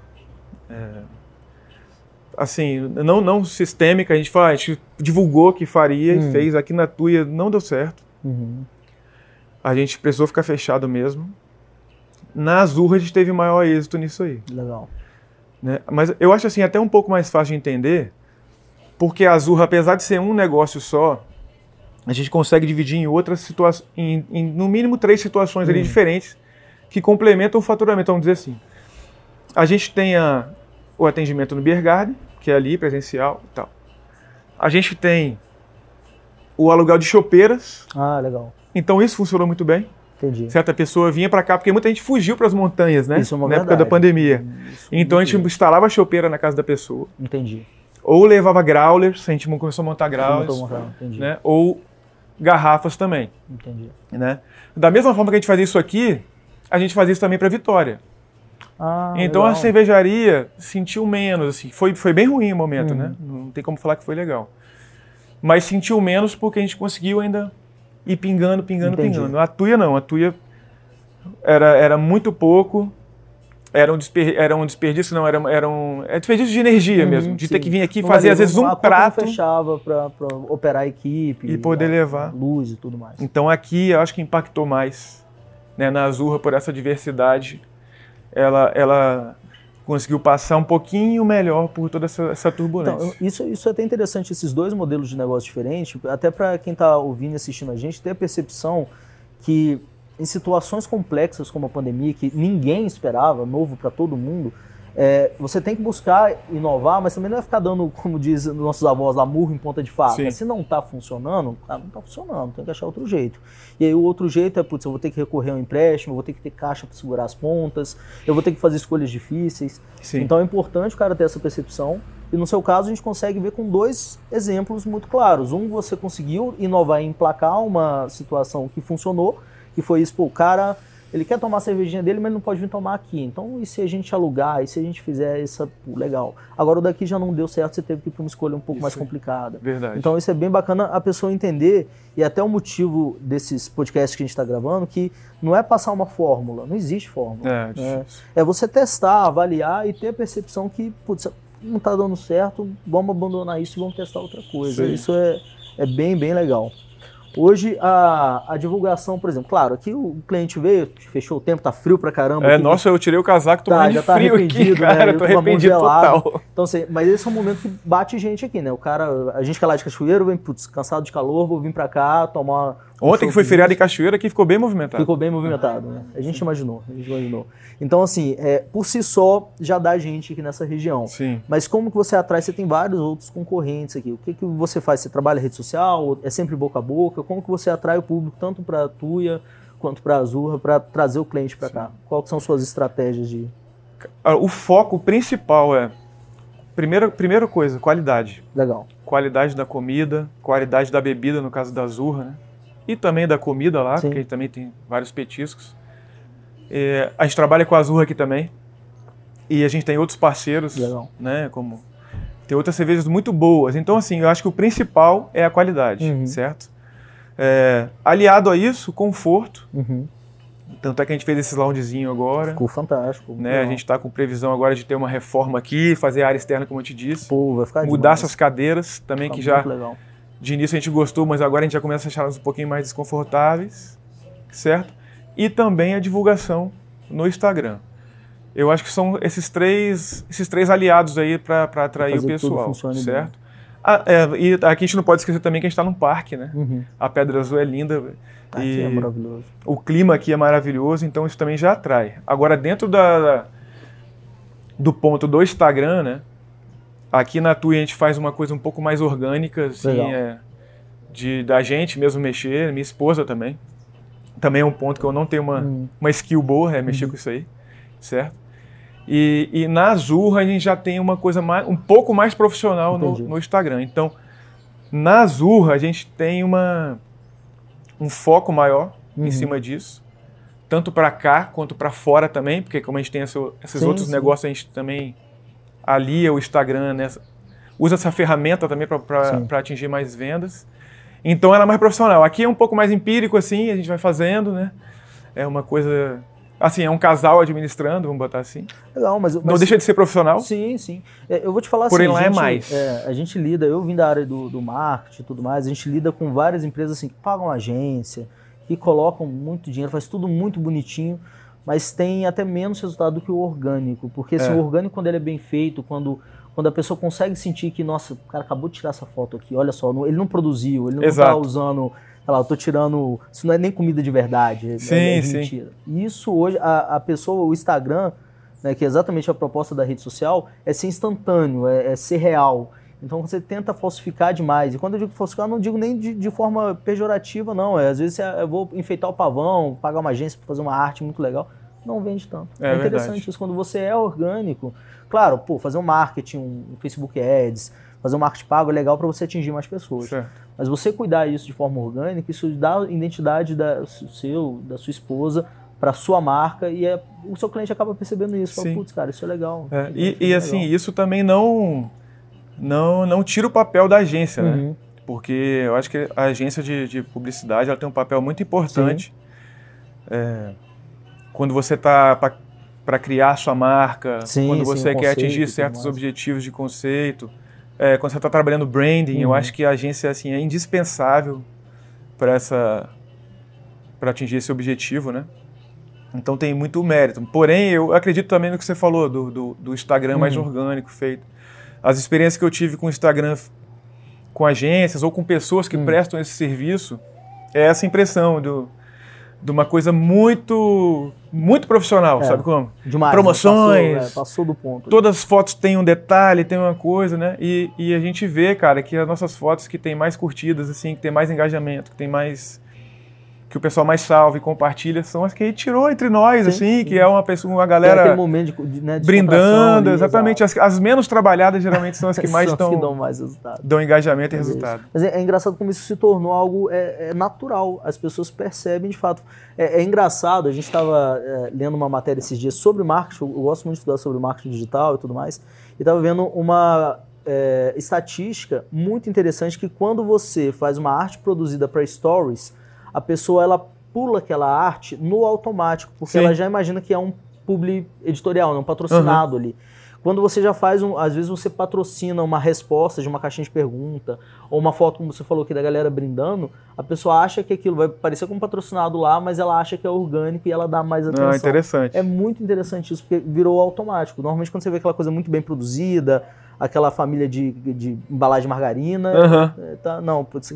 Speaker 3: assim, não sistêmica, a gente divulgou que faria e fez, aqui na Tuia não deu certo, a gente precisou ficar fechado mesmo, na Azurra a gente teve maior êxito nisso aí. Legal. Né? Mas eu acho assim até um pouco mais fácil de entender, porque a Azurra, apesar de ser um negócio só, a gente consegue dividir em outras situações, em no mínimo 3 situações ali diferentes que complementam o faturamento, vamos dizer assim. A gente tem o atendimento no Beer Garden, que é ali presencial e tal. A gente tem o aluguel de chopeiras.
Speaker 1: Ah, legal.
Speaker 3: Então isso funcionou muito bem.
Speaker 1: Entendi.
Speaker 3: Certa pessoa vinha para cá, porque muita gente fugiu para as montanhas, né?
Speaker 1: Isso é uma
Speaker 3: na época
Speaker 1: verdade.
Speaker 3: da pandemia.
Speaker 1: Isso,
Speaker 3: então a
Speaker 1: muito
Speaker 3: gente
Speaker 1: bem.
Speaker 3: instalava a chopeira na casa da pessoa.
Speaker 1: Entendi.
Speaker 3: Ou levava growlers, a gente começou a montar growlers,
Speaker 1: Entendi.
Speaker 3: né? Ou garrafas também.
Speaker 1: Entendi.
Speaker 3: Né? Da mesma forma que a gente fazia isso aqui, a gente fazia isso também para Vitória.
Speaker 1: Ah,
Speaker 3: Então
Speaker 1: legal.
Speaker 3: a cervejaria sentiu menos, assim, foi bem ruim o momento, né? Não tem como falar que foi legal. Mas sentiu menos porque a gente conseguiu ainda ir pingando.
Speaker 1: Entendi.
Speaker 3: A Tuia não, a Tuia era muito pouco, era um desperdício, não, é desperdício de energia mesmo, de
Speaker 1: sim.
Speaker 3: ter que vir aqui
Speaker 1: Não
Speaker 3: fazer
Speaker 1: valia,
Speaker 3: às vezes
Speaker 1: a
Speaker 3: um
Speaker 1: conta não
Speaker 3: prato
Speaker 1: fechava para operar a equipe.
Speaker 3: e poder levar.
Speaker 1: Luz e tudo mais.
Speaker 3: Então aqui eu acho que impactou mais, né, na Azurra por essa diversidade. Ela conseguiu passar um pouquinho melhor por toda essa turbulência.
Speaker 1: Então, isso é até interessante, esses dois modelos de negócio diferentes, até para quem está ouvindo e assistindo a gente, ter a percepção que em situações complexas como a pandemia, que ninguém esperava, novo para todo mundo, você tem que buscar inovar, mas também não é ficar dando, como diz nossos avós lá, murro em ponta de faca.
Speaker 3: Sim.
Speaker 1: Se não está funcionando, cara, não está funcionando, tem que achar outro jeito. E aí o outro jeito é, putz, eu vou ter que recorrer a um empréstimo, eu vou ter que ter caixa para segurar as pontas, eu vou ter que fazer escolhas difíceis.
Speaker 3: Sim.
Speaker 1: Então é importante o cara ter essa percepção. E no seu caso a gente consegue ver com dois exemplos muito claros. Um, você conseguiu inovar e emplacar uma situação que funcionou, que foi isso, pô, o cara, ele quer tomar a cervejinha dele, mas ele não pode vir tomar aqui. Então, e se a gente alugar, e se a gente fizer essa, pô, legal. Agora o daqui já não deu certo, você teve que ir para uma escolha um pouco mais complicada.
Speaker 3: Verdade.
Speaker 1: Então isso é bem bacana a pessoa entender, e até o motivo desses podcasts que a gente está gravando, que não é passar uma fórmula, não existe fórmula. É você testar, avaliar e ter a percepção que, putz, não está dando certo, vamos abandonar isso e vamos testar outra coisa.
Speaker 3: Sim.
Speaker 1: Isso é bem, bem legal. Hoje, a divulgação, por exemplo, claro, aqui o cliente veio, fechou o tempo, tá frio pra caramba. Aqui,
Speaker 3: Nossa, eu tirei o casaco, tô morrendo de
Speaker 1: tá
Speaker 3: frio aqui, cara, tô arrependido total.
Speaker 1: Então, assim, mas esse é um momento que bate gente aqui, né? O cara, a gente que é lá de Cachoeiro, vem, putz, cansado de calor, vou vir pra cá, tomar...
Speaker 3: Ontem que foi feriado em Cachoeira, aqui ficou bem movimentado.
Speaker 1: Ficou bem movimentado, né? A gente imaginou. Então, assim, por si só, já dá gente aqui nessa região.
Speaker 3: Sim.
Speaker 1: Mas como que você atrai? Você tem vários outros concorrentes aqui. O que você faz? Você trabalha em rede social? É sempre boca a boca? Como que você atrai o público, tanto para a Tuia quanto para a Azurra, para trazer o cliente para cá? Quais são suas estratégias de...
Speaker 3: O foco principal é, primeira coisa, qualidade.
Speaker 1: Legal.
Speaker 3: Qualidade da comida, qualidade da bebida, no caso da Azurra, né? E também da comida lá,
Speaker 1: Sim.
Speaker 3: porque também tem vários petiscos. A gente trabalha com a Azurra aqui também. E a gente tem outros parceiros,
Speaker 1: Legal.
Speaker 3: né? Como tem outras cervejas muito boas. Então, assim, eu acho que o principal é a qualidade, certo? Aliado a isso, conforto. Tanto é que a gente fez esse loungezinho agora.
Speaker 1: Ficou fantástico.
Speaker 3: Né? A gente está com previsão agora de ter uma reforma aqui, fazer a área externa, como eu te disse.
Speaker 1: Pô, vai ficar
Speaker 3: mudar
Speaker 1: demais.
Speaker 3: essas cadeiras também,
Speaker 1: Fica
Speaker 3: que já...
Speaker 1: muito legal.
Speaker 3: De início a gente gostou, mas agora a gente já começa a achar elas um pouquinho mais desconfortáveis, certo? E também a divulgação no Instagram. Eu acho que são esses três aliados aí para atrair o pessoal, certo? E aqui a gente não pode esquecer também que a gente está num parque, né? A Pedra Azul é linda.
Speaker 1: Aqui é maravilhoso.
Speaker 3: O clima aqui é maravilhoso, então isso também já atrai. Agora, dentro do ponto do Instagram, né? Aqui na Tuia a gente faz uma coisa um pouco mais orgânica, assim, da gente mesmo mexer, minha esposa também. Também é um ponto que eu não tenho uma skill boa, mexer com isso aí, certo? E na Azurra a gente já tem uma coisa um pouco mais profissional no Instagram. Então, na Azurra a gente tem um foco maior em cima disso, tanto para cá quanto para fora também, porque como a gente tem esses outros negócios, a gente também alia o Instagram, né? Usa essa ferramenta também para atingir mais vendas. Então ela é mais profissional. Aqui é um pouco mais empírico, assim, a gente vai fazendo, né? É uma coisa... Assim, é um casal administrando, vamos botar assim.
Speaker 1: Legal, mas
Speaker 3: não deixa de ser profissional.
Speaker 1: Sim, sim. Eu vou te falar
Speaker 3: porém,
Speaker 1: assim...
Speaker 3: Porém, lá é mais.
Speaker 1: A gente lida, eu vim da área do marketing e tudo mais, a gente lida com várias empresas assim, que pagam agência, que colocam muito dinheiro, faz tudo muito bonitinho, mas tem até menos resultado do que o orgânico. Porque assim, o orgânico, quando ele é bem feito, quando a pessoa consegue sentir que, nossa, o cara acabou de tirar essa foto aqui, olha só, ele não produziu, ele não está usando, sei lá, eu tô tirando, isso não é nem comida de verdade, é mentira. Isso hoje, a pessoa, o Instagram, né, que é exatamente a proposta da rede social, é ser instantâneo, é ser real. Então você tenta falsificar demais. E quando eu digo falsificar, eu não digo nem de forma pejorativa, não. Às vezes eu vou enfeitar o pavão, pagar uma agência para fazer uma arte muito legal. Não vende tanto. É interessante verdade. Isso, quando você é orgânico. Claro, pô, fazer um marketing, um Facebook Ads, fazer um marketing pago é legal para você atingir mais pessoas. Certo. Mas você cuidar disso de forma orgânica, isso dá identidade da sua esposa para sua marca e o seu cliente acaba percebendo isso. Fala, putz, cara, isso é legal.
Speaker 3: E assim, isso também não tira o papel da agência, né? Porque eu acho que a agência de publicidade ela tem um papel muito importante. Quando você está para criar sua marca, quando você quer atingir certos objetivos de conceito, quando você está trabalhando branding, eu acho que a agência assim, é indispensável para atingir esse objetivo, né? Então tem muito mérito. Porém, eu acredito também no que você falou do Instagram mais orgânico feito. As experiências que eu tive com o Instagram, com agências ou com pessoas que prestam esse serviço, é essa impressão de uma coisa muito profissional, sabe como?
Speaker 1: Demais,
Speaker 3: promoções,
Speaker 1: passou do ponto.
Speaker 3: Todas as fotos têm um detalhe, tem uma coisa, né? E a gente vê, cara, que as nossas fotos que tem mais curtidas, assim, que tem mais engajamento, que o pessoal mais salva e compartilha, são as que a gente tirou entre nós, assim, que é uma galera
Speaker 1: aquele momento de
Speaker 3: brindando,
Speaker 1: ali,
Speaker 3: exatamente. As menos trabalhadas geralmente são as que mais
Speaker 1: dão mais resultado.
Speaker 3: Dão engajamento e resultado.
Speaker 1: Mas é engraçado como isso se tornou algo natural, as pessoas percebem de fato. É engraçado, a gente estava lendo uma matéria esses dias sobre marketing, eu gosto muito de estudar sobre marketing digital e tudo mais, e estava vendo uma estatística muito interessante que quando você faz uma arte produzida para stories, a pessoa ela pula aquela arte no automático, porque ela já imagina que é um publi editorial, um patrocinado ali. Quando você já faz, às vezes você patrocina uma resposta de uma caixinha de pergunta, ou uma foto, como você falou aqui, da galera brindando, a pessoa acha que aquilo vai parecer como patrocinado lá, mas ela acha que é orgânico e ela dá mais atenção.
Speaker 3: Interessante.
Speaker 1: É muito interessante isso, porque virou automático. Normalmente quando você vê aquela coisa muito bem produzida, aquela família de embalagem de margarina, não, putz,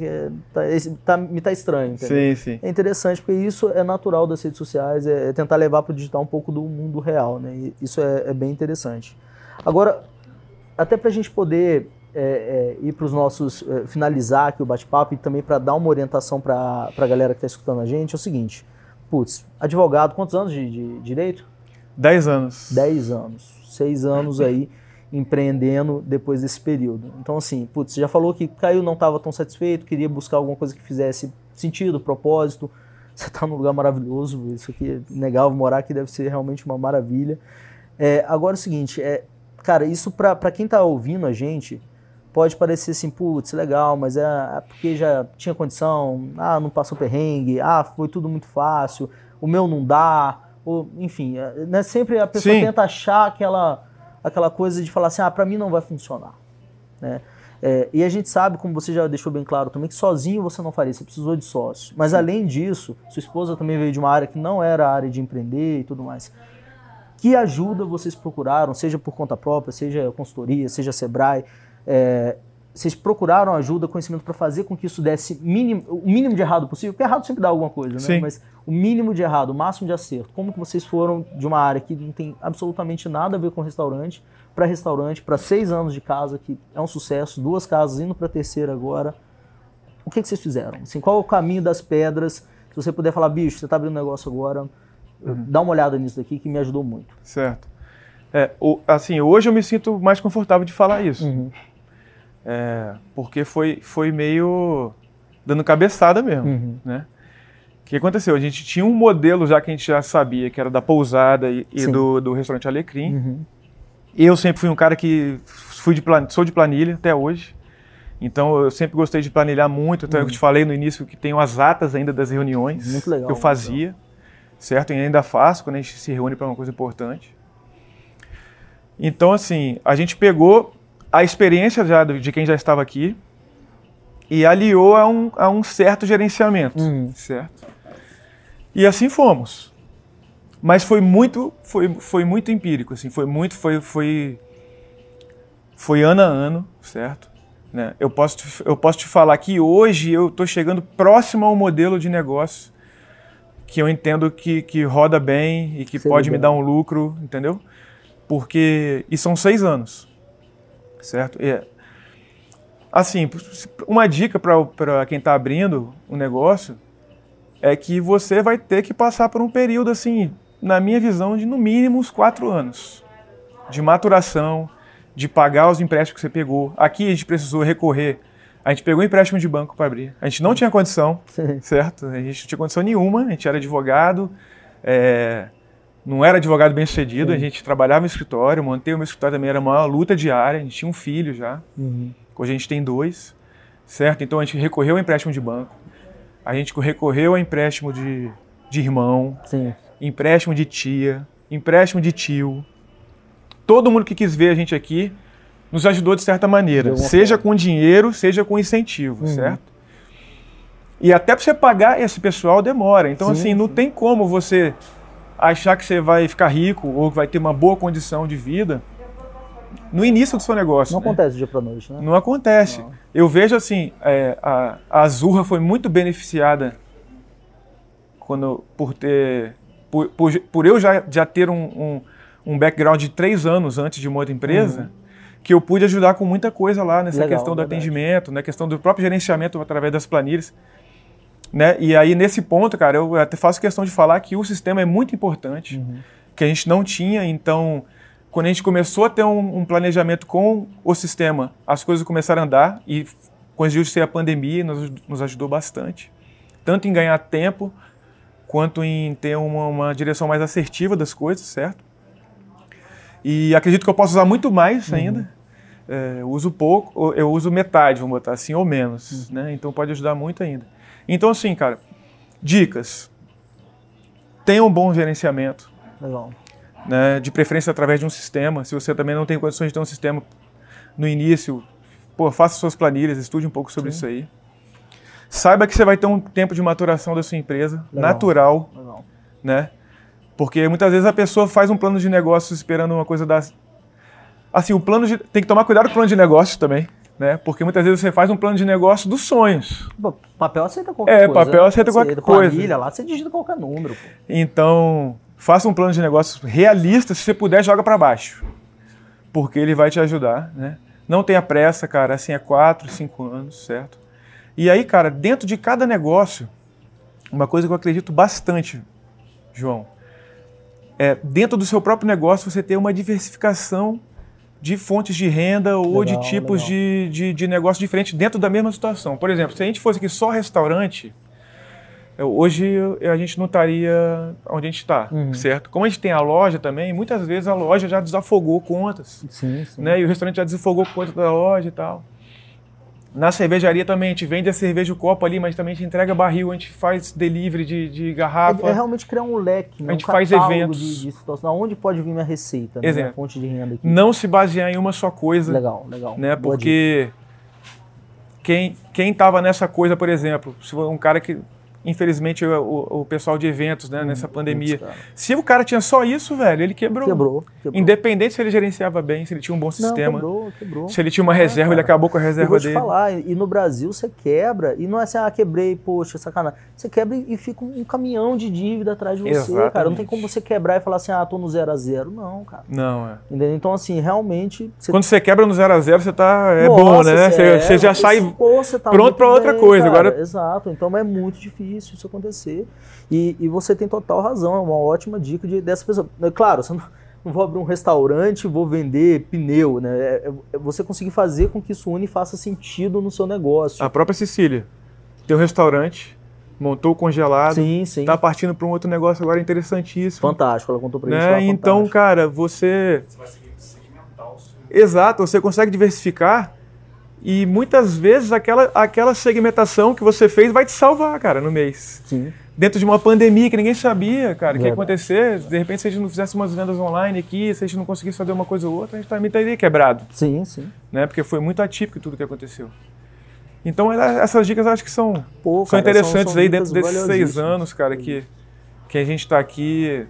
Speaker 1: me tá estranho. Entendeu?
Speaker 3: Sim.
Speaker 1: É interessante, porque isso é natural das redes sociais, é tentar levar para o digital um pouco do mundo real, né? E isso é bem interessante. Agora, até para a gente poder ir para os nossos, finalizar aqui o bate-papo e também para dar uma orientação para a galera que está escutando a gente, é o seguinte, advogado, quantos anos de direito?
Speaker 3: 10 anos.
Speaker 1: 10 anos, 6 anos aí, empreendendo depois desse período. Então assim, você já falou que caiu, não estava tão satisfeito, queria buscar alguma coisa que fizesse sentido, propósito, você está num lugar maravilhoso, isso aqui é inegável, morar aqui deve ser realmente uma maravilha. Agora é o seguinte, cara, isso para quem está ouvindo a gente, pode parecer assim, legal, mas é porque já tinha condição, não passou perrengue, foi tudo muito fácil, o meu não dá, ou, enfim, né, sempre a pessoa tenta achar aquela coisa de falar assim, para mim não vai funcionar, né? E a gente sabe, como você já deixou bem claro também, que sozinho você não faria, você precisou de sócio. Mas além disso, sua esposa também veio de uma área que não era a área de empreender e tudo mais. Que ajuda vocês procuraram, seja por conta própria, seja consultoria, seja Sebrae, vocês procuraram ajuda, conhecimento para fazer com que isso desse o mínimo de errado possível, porque errado sempre dá alguma coisa, né?
Speaker 3: Sim.
Speaker 1: Mas o mínimo de errado, o máximo de acerto. Como que vocês foram de uma área que não tem absolutamente nada a ver com restaurante, para 6 anos de casa, que é um sucesso, 2 casas indo para a 3ª agora. O que vocês fizeram? Assim, qual é o caminho das pedras? Se você puder falar, bicho, você está abrindo um negócio agora, dá uma olhada nisso daqui que me ajudou muito.
Speaker 3: Certo. Assim, hoje eu me sinto mais confortável de falar isso. Porque foi meio dando cabeçada mesmo, né? O que aconteceu? A gente tinha um modelo já que a gente já sabia, que era da pousada e do restaurante Alecrim. Eu sempre fui um cara que sou de planilha até hoje. Então eu sempre gostei de planilhar muito. Então eu te falei no início que tenho as atas ainda das reuniões
Speaker 1: muito legal,
Speaker 3: que eu fazia, certo? E ainda faço quando a gente se reúne para uma coisa importante. Então assim, a gente pegou a experiência já de quem já estava aqui e aliou a um certo gerenciamento, certo? E assim fomos. Mas foi muito empírico, assim, foi ano a ano, certo? Né? Eu posso te falar que hoje eu estou chegando próximo ao modelo de negócio que eu entendo que roda bem e que pode me dar um lucro, entendeu? E são 6 anos. Certo? Assim, uma dica para quem está abrindo um negócio é que você vai ter que passar por um período, assim, na minha visão, de no mínimo uns 4 anos de maturação, de pagar os empréstimos que você pegou. Aqui a gente precisou recorrer. A gente pegou empréstimo de banco para abrir. A gente não tinha condição, certo? A gente não tinha condição nenhuma. A gente era advogado, não era advogado bem sucedido. A gente trabalhava no escritório, montei o meu escritório também, era uma luta diária. A gente tinha um filho já. Hoje a gente tem 2, certo? Então a gente recorreu ao empréstimo de banco. A gente recorreu ao empréstimo de irmão, empréstimo de tia, empréstimo de tio. Todo mundo que quis ver a gente aqui nos ajudou de certa maneira, seja com dinheiro, seja com incentivo, certo? E até para você pagar esse pessoal demora. Então, não tem como você achar que você vai ficar rico ou que vai ter uma boa condição de vida no início do seu negócio.
Speaker 1: Não acontece do dia para noite, né?
Speaker 3: Não acontece. Não. Eu vejo assim, a Azurra foi muito beneficiada por eu já ter um background de 3 anos antes de uma outra empresa, que eu pude ajudar com muita coisa lá nessa questão do atendimento, na questão do próprio gerenciamento através das planilhas. Né? E aí, nesse ponto, cara, eu até faço questão de falar que o sistema é muito importante, que a gente não tinha. Então, quando a gente começou a ter um planejamento com o sistema, as coisas começaram a andar e coincidiu de ser a pandemia, nos ajudou bastante. Tanto em ganhar tempo, quanto em ter uma direção mais assertiva das coisas, certo? E acredito que eu posso usar muito mais ainda. Eu uso pouco, eu uso metade, vamos botar assim, ou menos. Né? Então pode ajudar muito ainda. Então assim, cara, dicas. Tenha um bom gerenciamento.
Speaker 1: Legal.
Speaker 3: Né? De preferência através de um sistema. Se você também não tem condições de ter um sistema no início, faça suas planilhas, estude um pouco sobre isso aí. Saiba que você vai ter um tempo de maturação da sua empresa, natural. Né? Porque muitas vezes a pessoa faz um plano de negócios esperando uma coisa Assim, tem que tomar cuidado com o plano de negócios também, né? Porque muitas vezes você faz um plano de negócio dos sonhos.
Speaker 1: Papel aceita qualquer coisa.
Speaker 3: Papel aceita qualquer coisa.
Speaker 1: Planilha lá, você digita qualquer número.
Speaker 3: Então, faça um plano de negócios realista, se você puder, joga para baixo. Porque ele vai te ajudar, né? Não tenha pressa, cara, assim, 4, 5 anos, certo? E aí, cara, dentro de cada negócio, uma coisa que eu acredito bastante, João, dentro do seu próprio negócio você ter uma diversificação de fontes de renda ou de tipos de negócio diferentes dentro da mesma situação. Por exemplo, se a gente fosse aqui só restaurante, hoje a gente não estaria onde a gente está, certo? Como a gente tem a loja também, muitas vezes a loja já desafogou contas, né? E o restaurante já desafogou contas da loja e tal. Na cervejaria também, a gente vende a cerveja o copo ali, mas também a gente entrega barril, a gente faz delivery de garrafa.
Speaker 1: É realmente criar um leque,
Speaker 3: a gente faz eventos.
Speaker 1: De situação. Onde pode vir minha receita, né? Minha fonte de renda aqui.
Speaker 3: Não se basear em uma só coisa.
Speaker 1: Legal.
Speaker 3: Né? Porque quem estava nessa coisa, por exemplo, se um cara que... Infelizmente, o pessoal de eventos, né, nessa pandemia. Se o cara tinha só isso, velho, ele quebrou. Independente se ele gerenciava bem, se ele tinha um bom sistema.
Speaker 1: Quebrou.
Speaker 3: Se ele tinha uma reserva, ele acabou com a reserva dele.
Speaker 1: Eu vou te falar, e no Brasil você quebra, e não é assim, quebrei, poxa, sacanagem. Você quebra e fica um caminhão de dívida atrás de você, Exatamente. Cara. Não tem como você quebrar e falar assim, tô no 0 a 0. Não, cara.
Speaker 3: Não,
Speaker 1: Entendeu? Então, assim, realmente...
Speaker 3: Quando você quebra no 0 a 0, você tá... bom, né? Você já sai
Speaker 1: tá
Speaker 3: pronto para outra coisa.
Speaker 1: Cara.
Speaker 3: Agora...
Speaker 1: Exato. Então, é muito difícil isso acontecer. E você tem total razão, é uma ótima dica dessa pessoa. Claro, você não vou abrir um restaurante e vou vender pneu, né? Você conseguir fazer com que isso une e faça sentido no seu negócio.
Speaker 3: A própria Cecília tem um restaurante, montou o congelado, tá partindo para um outro negócio agora interessantíssimo.
Speaker 1: Fantástico, ela contou pra gente.
Speaker 3: Né? Então, cara, você vai segmentar o seu... Exato, você consegue diversificar. E muitas vezes aquela segmentação que você fez vai te salvar, cara, no mês. Dentro de uma pandemia que ninguém sabia, cara, o que ia acontecer. De repente, se a gente não fizesse umas vendas online aqui, se a gente não conseguisse fazer uma coisa ou outra, a gente também estaria quebrado. Né? Porque foi muito atípico tudo que aconteceu. Então, essas dicas eu acho que são interessantes aí dentro desses 6 anos, cara, que a gente está aqui.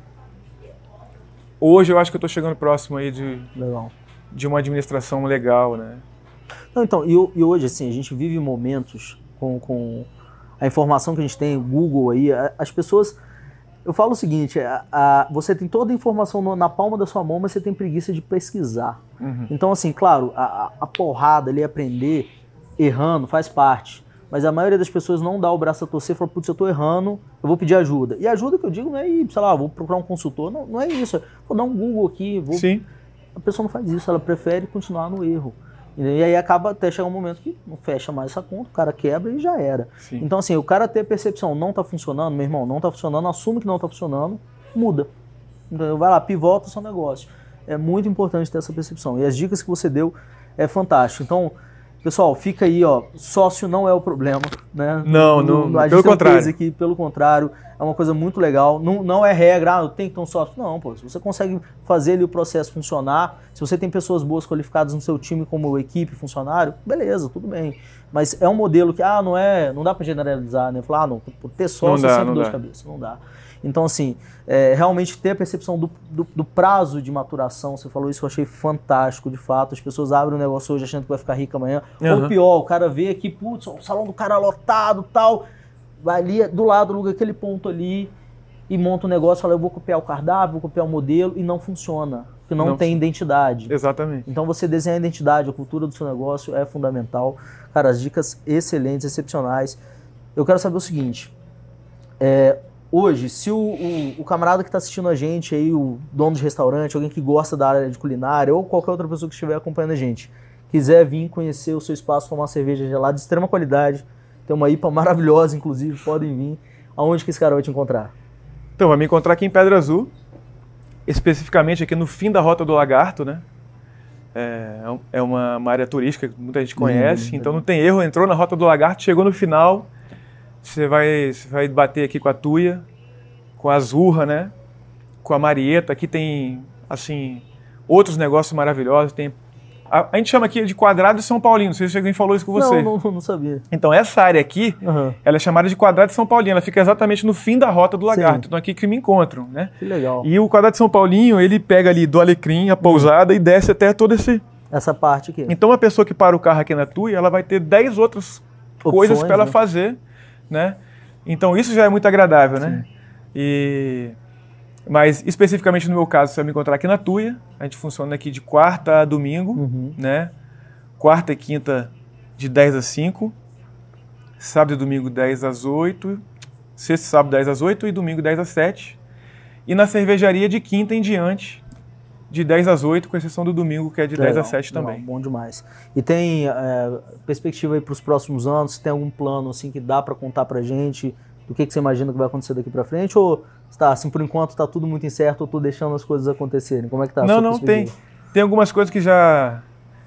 Speaker 3: Hoje eu acho que eu estou chegando próximo aí de uma administração legal, né?
Speaker 1: Não, então, e hoje, assim, a gente vive momentos com a informação que a gente tem, Google aí, as pessoas... Eu falo o seguinte, você tem toda a informação na palma da sua mão, mas você tem preguiça de pesquisar. Então, assim, claro, a porrada ali, aprender, errando, faz parte. Mas a maioria das pessoas não dá o braço a torcer e fala, putz, eu tô errando, eu vou pedir ajuda. E a ajuda que eu digo não é ir, sei lá, vou procurar um consultor, não é isso. Vou dar um Google aqui,
Speaker 3: Sim.
Speaker 1: A pessoa não faz isso, ela prefere continuar no erro. E aí acaba até chegar um momento que não fecha mais essa conta, o cara quebra e já era.
Speaker 3: Sim.
Speaker 1: Então assim, o cara ter a percepção, não tá funcionando, meu irmão, não tá funcionando, assume que não tá funcionando, muda. Então vai lá, pivota o seu negócio. É muito importante ter essa percepção. E as dicas que você deu é fantástico. Então, pessoal, fica aí, ó, sócio não é o problema, né?
Speaker 3: Não, pelo contrário.
Speaker 1: Aqui, pelo contrário, é uma coisa muito legal. Não é regra, eu tenho que ter um sócio. Não, pô, se você consegue fazer ali o processo funcionar, se você tem pessoas boas qualificadas no seu time como equipe, funcionário, beleza, tudo bem. Mas é um modelo que, não dá para generalizar, né? Falar, não, ter sócio é sempre dor de cabeça, não dá. Então, assim, realmente ter a percepção do prazo de maturação, você falou isso, eu achei fantástico, de fato. As pessoas abrem um negócio hoje achando que vai ficar rico amanhã. Ou pior, o cara vê aqui, putz, o salão do cara lotado e tal, vai ali do lado, aluga aquele ponto ali e monta um negócio, fala, eu vou copiar o cardápio, vou copiar o modelo, e não funciona, porque não tem identidade.
Speaker 3: Exatamente.
Speaker 1: Então, você desenhar a identidade, a cultura do seu negócio é fundamental. Cara, as dicas excelentes, excepcionais. Eu quero saber o seguinte, hoje, se o camarada que está assistindo a gente, aí, o dono de restaurante, alguém que gosta da área de culinária, ou qualquer outra pessoa que estiver acompanhando a gente, quiser vir conhecer o seu espaço, tomar uma cerveja gelada de extrema qualidade, tem uma IPA maravilhosa, inclusive, podem vir. Aonde que esse cara vai te encontrar?
Speaker 3: Então, vai me encontrar aqui em Pedra Azul, especificamente aqui no fim da Rota do Lagarto, né? É uma área turística que muita gente conhece, então não tem erro, entrou na Rota do Lagarto, chegou no final, você vai bater aqui com a Tuia, com a Azurra, né? Com a Marieta. Aqui tem, assim, outros negócios maravilhosos. A gente chama aqui de Quadrado de São Paulino. Não sei se alguém falou isso com você.
Speaker 1: Não sabia.
Speaker 3: Então, essa área aqui, ela é chamada de Quadrado de São Paulino. Ela fica exatamente no fim da Rota do Lagarto.
Speaker 1: Sim.
Speaker 3: Então, aqui que me encontram, né?
Speaker 1: Que legal.
Speaker 3: E o Quadrado de São Paulinho, ele pega ali do Alecrim, a pousada, e desce até todo
Speaker 1: essa parte aqui.
Speaker 3: Então, uma pessoa que para o carro aqui na Tuia, ela vai ter 10 outras coisas para ela fazer, né? Então isso já é muito agradável, né? Mas especificamente no meu caso, você vai me encontrar aqui na Tuia. A gente funciona aqui de quarta a domingo, né? Quarta e quinta de 10 às 5, sábado e domingo 10 às 8, sexta e sábado 10 às 8 e domingo 10 às 7. E na cervejaria de quinta em diante, de 10 às 8, com exceção do domingo, que é de 10 às 7 também.
Speaker 1: Bom demais. E tem perspectiva aí para os próximos anos? Tem algum plano assim que dá para contar pra gente? Do que você imagina que vai acontecer daqui para frente? Ou está assim, por enquanto está tudo muito incerto, eu estou deixando as coisas acontecerem? Como é que tá?
Speaker 3: Não, tem algumas coisas que já...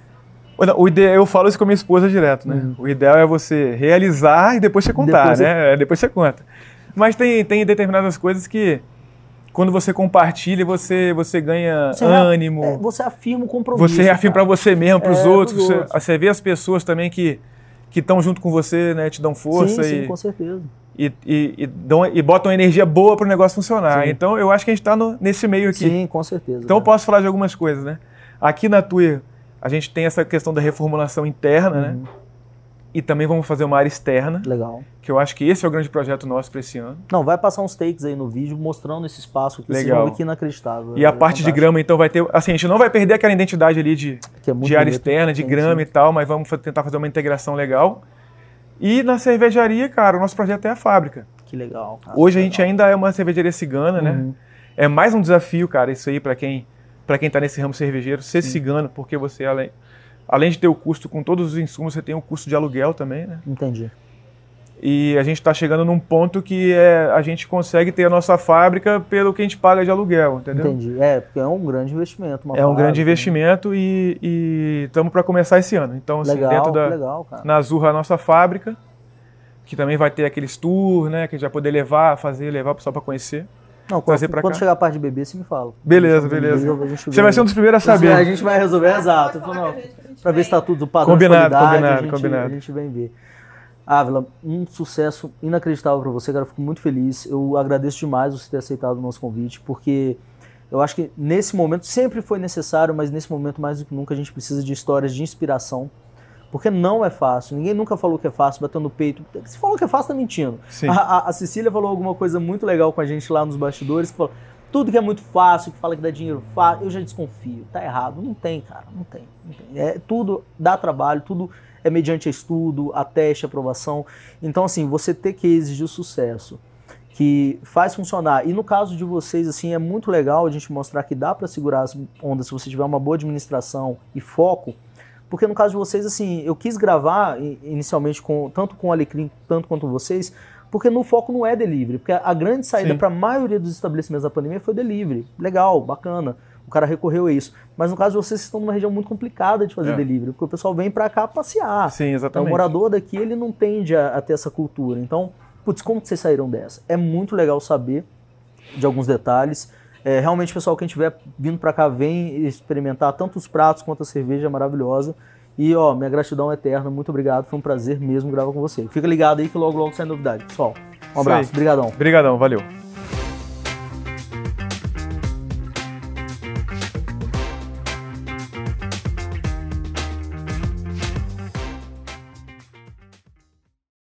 Speaker 3: Eu falo isso com a minha esposa direto, né? O ideal é você realizar e depois você contar, né? Depois você conta. Mas tem determinadas coisas que... Quando você compartilha, você ganha ânimo.
Speaker 1: Você afirma o compromisso.
Speaker 3: Você reafirma para você mesmo, para os outros. Você vê as pessoas também que estão junto com você, né, te dão força.
Speaker 1: Sim, com certeza.
Speaker 3: E botam energia boa para o negócio funcionar. Sim. Então, eu acho que a gente está nesse meio aqui.
Speaker 1: Sim, com certeza.
Speaker 3: Então, eu posso falar de algumas coisas, né? Aqui na Tuia, a gente tem essa questão da reformulação interna, né? E também vamos fazer uma área externa.
Speaker 1: Legal.
Speaker 3: Que eu acho que esse é o grande projeto nosso para esse ano.
Speaker 1: Não, vai passar uns takes aí no vídeo mostrando esse espaço aqui.
Speaker 3: Legal.
Speaker 1: Que inacreditável.
Speaker 3: E a parte de grama, então, vai ter... Assim, a gente não vai perder aquela identidade ali de área externa, de grama e tal, mas vamos tentar fazer uma integração legal. E na cervejaria, cara, o nosso projeto é a fábrica.
Speaker 1: Que legal, cara.
Speaker 3: Hoje a gente ainda é uma cervejaria cigana, né? É mais um desafio, cara, isso aí para quem tá nesse ramo cervejeiro, ser cigano, porque você, além de ter o custo com todos os insumos, você tem o custo de aluguel também, né?
Speaker 1: Entendi.
Speaker 3: E a gente está chegando num ponto que a gente consegue ter a nossa fábrica pelo que a gente paga de aluguel, entendeu?
Speaker 1: Entendi. Porque é um grande investimento.
Speaker 3: Um grande investimento e estamos para começar esse ano. Então, assim, dentro na Azurra, a nossa fábrica, que também vai ter aqueles tours, né? Que a gente vai poder levar o pessoal para conhecer.
Speaker 1: Não, quando chegar a parte de bebê, você me fala.
Speaker 3: Beleza. Você vai ser um dos primeiros a saber.
Speaker 1: A gente vai resolver, exato. Para ver se está tudo do padrão de qualidade. Combinado. A gente vem ver. Ávila, um sucesso inacreditável para você, cara. Eu fico muito feliz. Eu agradeço demais você ter aceitado o nosso convite, porque eu acho que nesse momento sempre foi necessário, mas nesse momento mais do que nunca a gente precisa de histórias de inspiração. Porque não é fácil. Ninguém nunca falou que é fácil, batendo no peito. Se falou que é fácil, tá mentindo. A Cecília falou alguma coisa muito legal com a gente lá nos bastidores, que falou, Tudo que é muito fácil, que fala que dá dinheiro fácil, eu já desconfio. Tá errado. Não tem, cara. Não tem. Tudo dá trabalho, tudo é mediante estudo, a teste, aprovação. Então, assim, você ter cases de sucesso que faz funcionar. E no caso de vocês, assim, é muito legal a gente mostrar que dá para segurar as ondas se você tiver uma boa administração e foco. Porque no caso de vocês, assim, eu quis gravar inicialmente tanto com o Alecrim, tanto quanto vocês, porque no foco não é delivery. Porque a grande saída para a maioria dos estabelecimentos da pandemia foi delivery. Legal, bacana. O cara recorreu a isso. Mas no caso de vocês estão numa região muito complicada de fazer delivery, porque o pessoal vem para cá passear.
Speaker 3: Sim, exatamente.
Speaker 1: Então, o morador daqui, ele não tende a ter essa cultura. Então, putz, como que vocês saíram dessa? É muito legal saber de alguns detalhes. Realmente, pessoal, quem estiver vindo para cá, vem experimentar tanto os pratos quanto a cerveja maravilhosa. E, ó, minha gratidão eterna, muito obrigado, foi um prazer mesmo gravar com você. Fica ligado aí que logo sai novidade, pessoal. Um abraço, brigadão.
Speaker 3: Obrigadão, valeu.